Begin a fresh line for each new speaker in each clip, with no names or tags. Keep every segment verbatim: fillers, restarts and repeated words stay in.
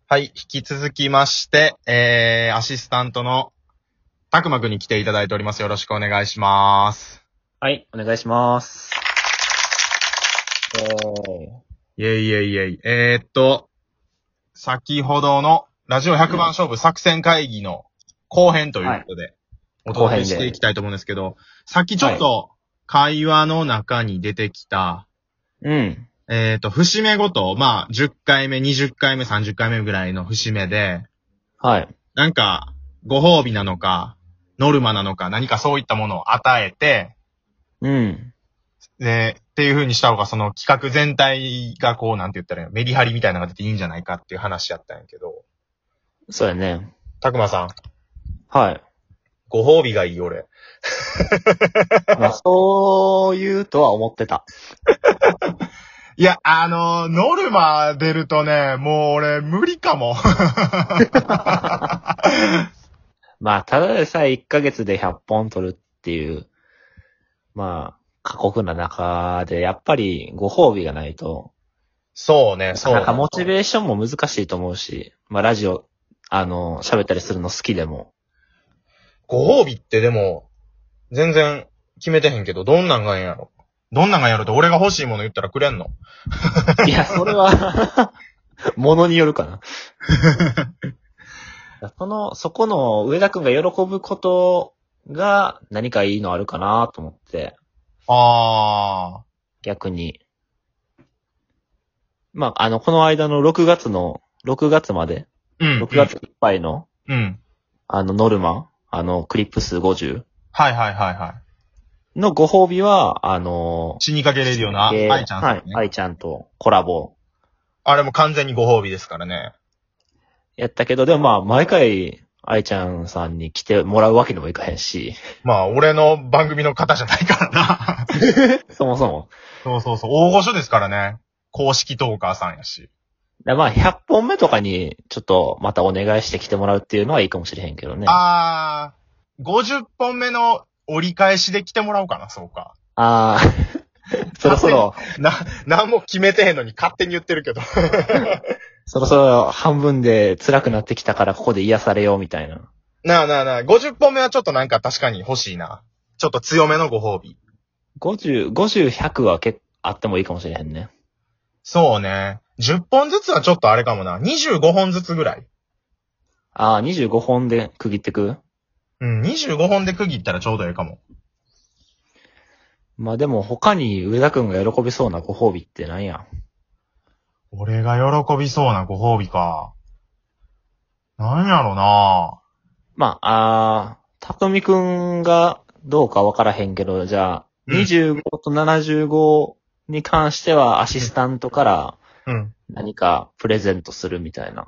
はい、引き続きまして、えー、アシスタントのたくまくんに来ていただいております。よろしくお願いします。
はい、お願いします。えー、
イェイイェイイェイ。えーっと、先ほどのラジオひゃくばん勝負作戦会議の後編ということで、お届けしていきたいと思うんですけど、さっきちょっと会話の中に出てきた、
うん。
えーっと、節目ごと、まあ、じゅっかいめ、にじゅっかいめ、さんじゅっかいめぐらいの節目で、
はい。
なんか、ご褒美なのか、ノルマなのか、何かそういったものを与えて、
うん。
で、っていう風にした方が、その企画全体がこう、なんて言ったらいいの、メリハリみたいなのが出ていいんじゃないかっていう話やったんやけど、
そうやね。
たくまさん、
はい。
ご褒美がいい、俺。
まあ、そう言うとは思ってた。
いや、あのー、ノルマ出るとね、もう俺、無理かも。
まあ、ただでさえいっかげつでひゃっぽん取るっていう、まあ、過酷な中で、やっぱりご褒美がないと、
そうね、そう。
なんかモチベーションも難しいと思うし、まあ、ラジオ、あの、喋ったりするの好きでも。
ご褒美ってでも、全然決めてへんけど、どんなんがええんやろ。どんなんがやろって俺が欲しいもの言ったらくれんの？
いや、それは、ものによるかな。その、そこの上田くんが喜ぶことが何かいいのあるかなと思って、
あ
逆に。まあ、あの、この間のろくがつの、ろくがつまで、
ー。うん。
ろくがついっぱいの、
うん。うん。
あの、ノルマ、あの、クリップ数ごじゅう
はいはいはいはい。
のご褒美は、あの、
死にかけれるような、
えー
愛ちゃんさんね。
はい、愛ちゃんとコラボ
あれも完全にご褒美ですからね。
やったけど、でもまあ、毎回、愛ちゃんさんに来てもらうわけにもいかへんし、
まあ、俺の番組の方じゃないからな。
そもそも。
そうそうそう。大御所ですからね。公式トーカーさんやし。
でまあ、ひゃっぽんめとかに、ちょっと、またお願いして来てもらうっていうのはいいかもしれへんけどね。
あー、ごじゅっぽんめの折り返しで来てもらおうかな、そうか。
あー、そろそろ、
な、なんも決めてへんのに勝手に言ってるけど。
そろそろ半分で辛くなってきたからここで癒されようみたいな。
なあなあなあ、ごじゅっぽんめはちょっとなんか確かに欲しいな。ちょっと強めのご褒美。
ごじゅう、ごじゅう、ひゃくは結構あってもいいかもしれへんね。
そうね。じゅっぽんずつはちょっとあれかもな。にじゅうごほんずつぐらい。
ああ、にじゅうごほんで区切ってく？
うん、にじゅうごほんで区切ったらちょうどいいかも。
まあでも他に上田くんが喜びそうなご褒美って何や？
俺が喜びそうなご褒美か。なんやろな。
まあ、あー、たくみくんがどうかわからへんけど、じゃあ、
うん
にじゅうごとななじゅうごに関してはアシスタントから
うん。
何かプレゼントするみたいな。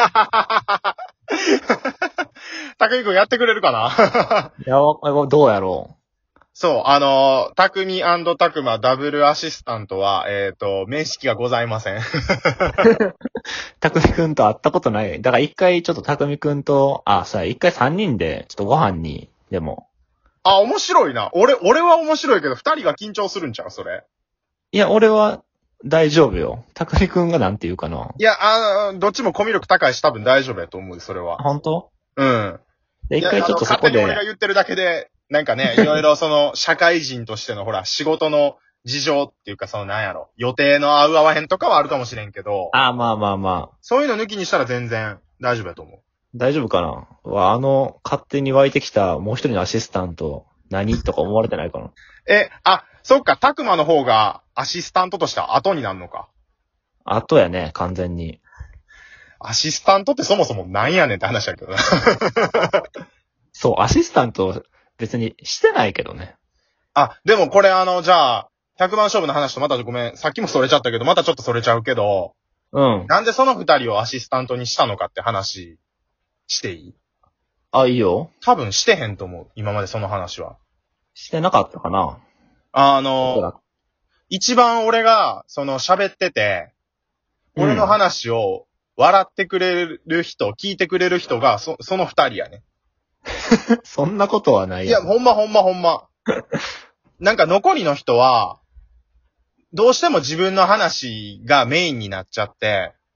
たくみくんやってくれるかな。
いや、わどうやろ
そう、あのー、たくみ&たくまダブルアシスタントは、えっと、面識がございません。
う。たくみくんと会ったことない。だから一回ちょっとたくみくんと、あ、さ、一回三人でちょっとご飯に、でも。
あ、面白いな。俺、俺は面白いけど、二人が緊張するんちゃうそれ。
いや、俺は大丈夫よ。たくみくんがなんて言うかな。
いや、あどっちもコミュ力高いし多分大丈夫やと思う、それは。
本当？
うん。
で、一回ちょっとそこ
いやあの勝手に俺が
で、
言ってるだけで、なんかね、いろいろその、社会人としてのほら、仕事の事情っていうか、そのなんやろ、予定の合う合わへんとかはあるかもしれんけど、
あ、まあまあまあ、
そういうの抜きにしたら全然大丈夫やと思う。
大丈夫かな。わあの、勝手に湧いてきたもう一人のアシスタント、何とか思われてないかな。
え、あ、そっか、たくまの方がアシスタントとしては後になるのか。
後やね、完全に。
アシスタントってそもそもなんやねんって話だけどな。
そう、アシスタント別にしてないけどね。
あ、でもこれあの、じゃあ、ひゃくばん勝負の話とまたごめん、さっきもそれちゃったけど、またちょっとそれちゃうけど、
うん。
なんでその二人をアシスタントにしたのかって話していい？
あ、いいよ。
多分してへんと思う。今までその話は。
してなかったかな。
あ
おそら
の、
く
一番俺が、その喋ってて、俺の話を笑ってくれる人、聞いてくれる人が、そ、その二人やね。
そんなことはない
いや、ほんまほんまほんま。なんか残りの人は、どうしても自分の話がメインになっちゃって、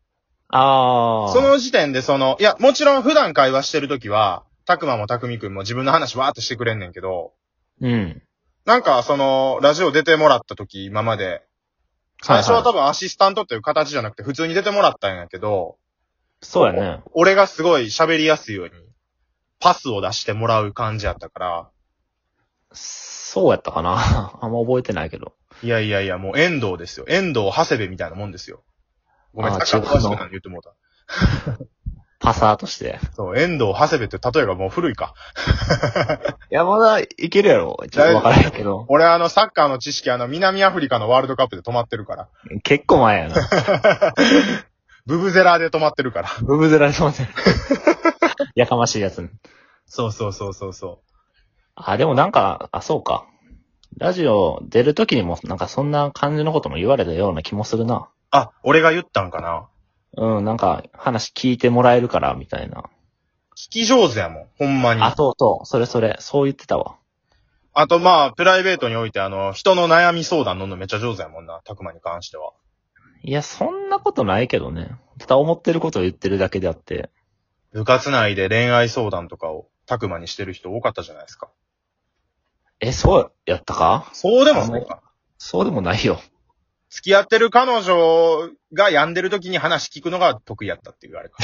ああ。
その時点でその、いや、もちろん普段会話してるときは、たくまもたくみくんも自分の話わーっとしてくれんねんけど、
うん。
なんかその、ラジオ出てもらったとき、今まで、最初は多分アシスタントっていう形じゃなくて普通に出てもらったんやけど、
そうやね。
俺がすごい喋りやすいように、パスを出してもらう感じやったから、
そうやったかな。あんま覚えてないけど。
いやいやいや、もう遠藤ですよ。遠藤、長谷部みたいなもんですよ。ごめん、
あー
サッカー詳しく
違うの
なん言ってもうた。
パサーとして。
そう、遠藤、長谷部って例えがもう古いか。
いや、まだいけるやろ。ちょっとわからへんけど。
俺あの、サッカーの知識あの、南アフリカのワールドカップで止まってるから。
結構前やな。
ブブゼラで止まってるから。
ブブゼラで止まってる。やかましいやつ。
そうそうそうそうそう。
あ、でもなんか、あ、そうか。ラジオ出るときにもなんかそんな感じのことも言われたような気もするな。
あ、俺が言ったんかな。
うん、なんか話聞いてもらえるから、みたいな。
聞き上手やもん、ほんまに。
あ、そうそう、それそれ、そう言ってたわ。
あとまあ、プライベートにおいてあの、人の悩み相談乗るのめっちゃ上手やもんな、たくまに関しては。
いや、そんなことないけどね。ただ思ってることを言ってるだけであって。
部活内で恋愛相談とかをたくまにしてる人多かったじゃないですか。
え、そうやったか？
そうでもないか。
そうでもないよ。
付き合ってる彼女が病んでる時に話聞くのが得意やったっていうあれか。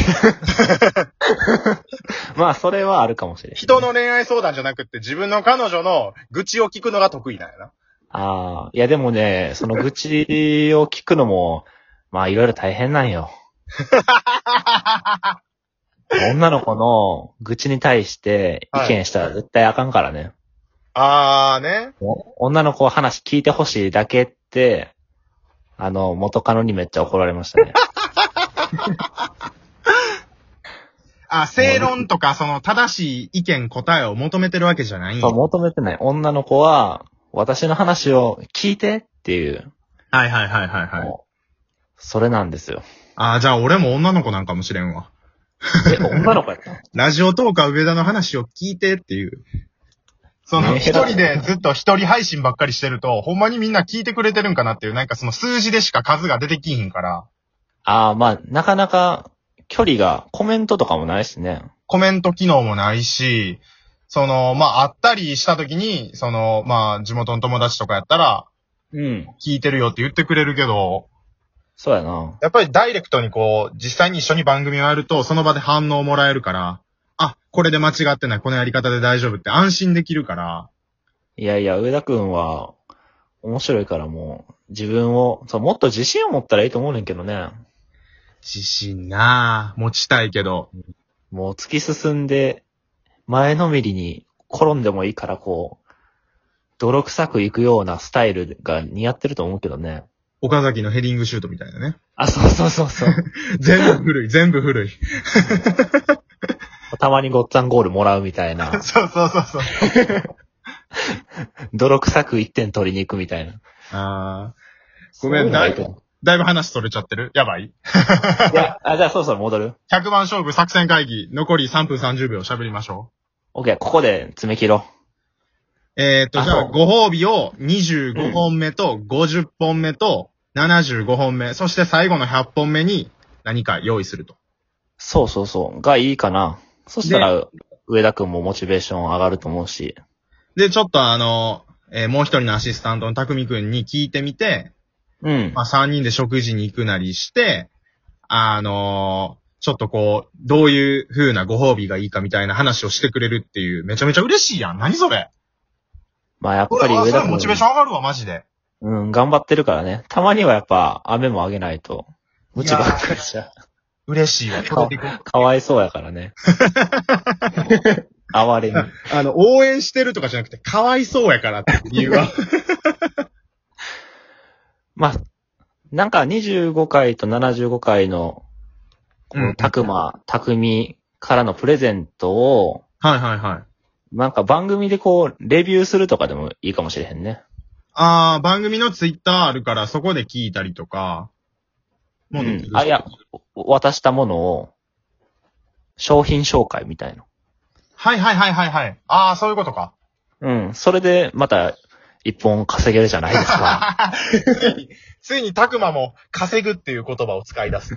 まあ、それはあるかもしれない、ね。
人の恋愛相談じゃなくって自分の彼女の愚痴を聞くのが得意なんやな。
ああ、いやでもね、その愚痴を聞くのも、まあいろいろ大変なんよ。女の子の愚痴に対して意見したら絶対あかんからね。
あーね。
女の子は話聞いてほしいだけって、あの、元カノにめっちゃ怒られましたね。
あ、正論とかその正しい意見答えを求めてるわけじゃないん
そう、
や。
求めてない。女の子は、私の話を聞いてっていう。
はいはいはいはいはい。
もうそれなんですよ。
あー、じゃあ俺も女の子なんかもしれんわ。
え、女の子やったの？
ラジオトーカー上田の話を聞いてっていう。その、
ね
一人でずっと一人配信ばっかりしてると、ほんまにみんな聞いてくれてるんかなっていう、なんかその数字でしか数が出てきひんから、
ああ、まあ、なかなか距離が、コメントとかもないしね。
コメント機能もないし、その、まあ、会ったりした時に、その、まあ、地元の友達とかやったら、
うん。
聞いてるよって言ってくれるけど、
そうやな。
やっぱりダイレクトにこう、実際に一緒に番組をやると、その場で反応をもらえるから、あ、これで間違ってない、このやり方で大丈夫って安心できるから、
いやいや、上田くんは、面白いからもう、自分を、そう、もっと自信を持ったらいいと思うねんけどね。
自信なぁ、持ちたいけど、
もう突き進んで、前のめりに転んでもいいからこう、泥臭くいくようなスタイルが似合ってると思うけどね。
岡崎のヘディングシュートみたいなね。
あ、そうそうそうそう。
全部古い、全部古い。
たまにごっつぁんゴールもらうみたいな。
そうそうそうそう。
泥臭くいってん取りに行くみたいな。
あーごめん、
そういうのが
だいぶ
いいと思う、
だいぶ話取れちゃってるやばい
いや、あ、じゃあそろそろ戻る？
ひゃく 番勝負作戦会議、残りさんぷんさんじゅうびょう喋りましょ
OK、ここで詰め切ろ
う。えーっと、じゃあ、
あそう
ご褒美をにじゅうごほんめとごじゅっぽんめとななじゅうごほんめ、そして最後のひゃっぽんめに何か用意すると。
う。そうそうそう。がいいかな。そしたら、上田くんもモチベーション上がると思うし。
で、ちょっとあの、えーもう一人のアシスタントの匠くんに聞いてみて、
うん。
まあ、さんにんで食事に行くなりして、あのーちょっとこう、どういう風なご褒美がいいかみたいな話をしてくれるっていう、めちゃめちゃ嬉しいやん。何それ。
まあやっ
これ、あ、
ぱり上田くん。
それモチベーション上がるわ、マジで。
うん、頑張ってるからね。たまにはやっぱ、雨もあげないと、無知ばっかりしちゃう。
嬉しいわ。
かかわいそうやからね。哀れみ。
あの、応援してるとかじゃなくて、かわいそうやからって理由は。
まあ、なんかにじゅうごかいとななじゅうごかいの、こ
うん
のたくま、たくみからのプレゼントを、
はいはいはい。
なんか番組でこう、レビューするとかでもいいかもしれへんね。
あー、番組のツイッターあるから、そこで聞いたりとか、もうできるし
うん。あ、いや、渡したものを、商品紹介みたいな。
はいはいはいはいはい。あー、そういうことか。
うん。それで、また、一本稼げるじゃないですか。
ついにたくまも稼ぐっていう言葉を使い出す。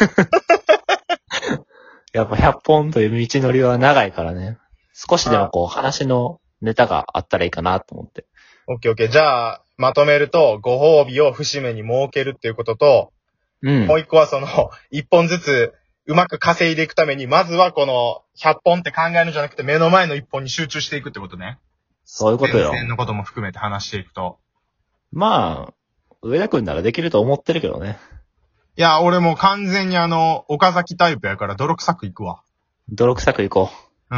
やっぱひゃっぽんという道のりは長いからね。少しでもこう話のネタがあったらいいかなと思って。
オッケーオッケー。じゃあ、まとめると、ご褒美を節目に設けるっていうことと、
うん。
もう一個はその、一本ずつうまく稼いでいくために、まずはこの、ひゃっぽんって考えるんじゃなくて、目の前の一本に集中していくってことね。
そういうことよ。
前線のことも含めて話していくと。
まあ、上田くんならできると思ってるけどね。
いや、俺もう完全にあの、岡崎タイプやから泥臭くいくわ。
泥臭くいこ
うん、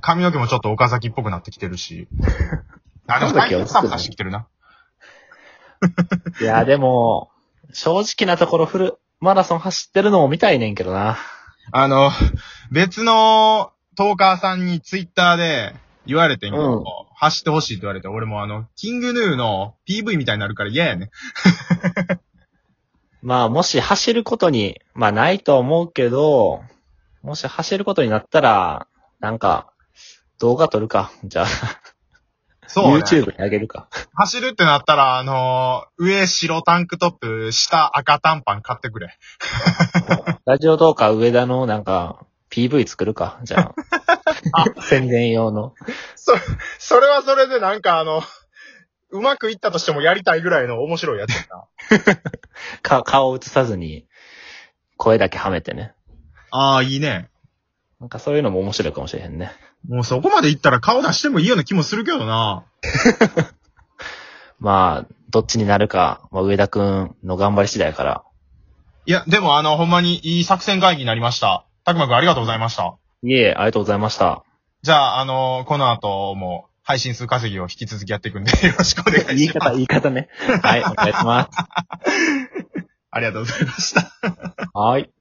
髪の毛もちょっと岡崎っぽくなってきてるし。あ、でも最近サム出してきてるな。
いや、でも、正直なところフルマラソン走ってるのも見たいねんけどな。
あの、別のトーカーさんにツイッターで言われてんけど、うん、走ってほしいって言われて、俺もあの、キングヌーの ピーブイ みたいになるから嫌やね。
まあ、もし走ることに、まあないと思うけど、もし走ることになったら、なんか、動画撮るか。じゃあ。そうね。YouTube に上げるか。
走るってなったら、あのー、上白タンクトップ、下赤短パン買ってくれ。
ラジオ動画上田のなんか、ピーブイ 作るか。じゃあ。あ宣伝用の。
そ、それはそれでなんかあの、うまくいったとしてもやりたいぐらいの面白いやつだ
な。か、顔を映さずに、声だけはめてね。
ああ、いいね。
なんかそういうのも面白いかもしれへんね。
もうそこまで行ったら顔出してもいいような気もするけどな。
まあ、どっちになるか、まあ、上田くんの頑張り次第から。
いや、でもあの、ほんまにいい作戦会議になりました。たくまくんありがとうございました。
いえ、ありがとうございました。
じゃあ、あの、この後も配信数稼ぎを引き続きやっていくんで、よろしくお願いします。
言い方、言い方ね。はい、お願いします。
ありがとうございました。
はい。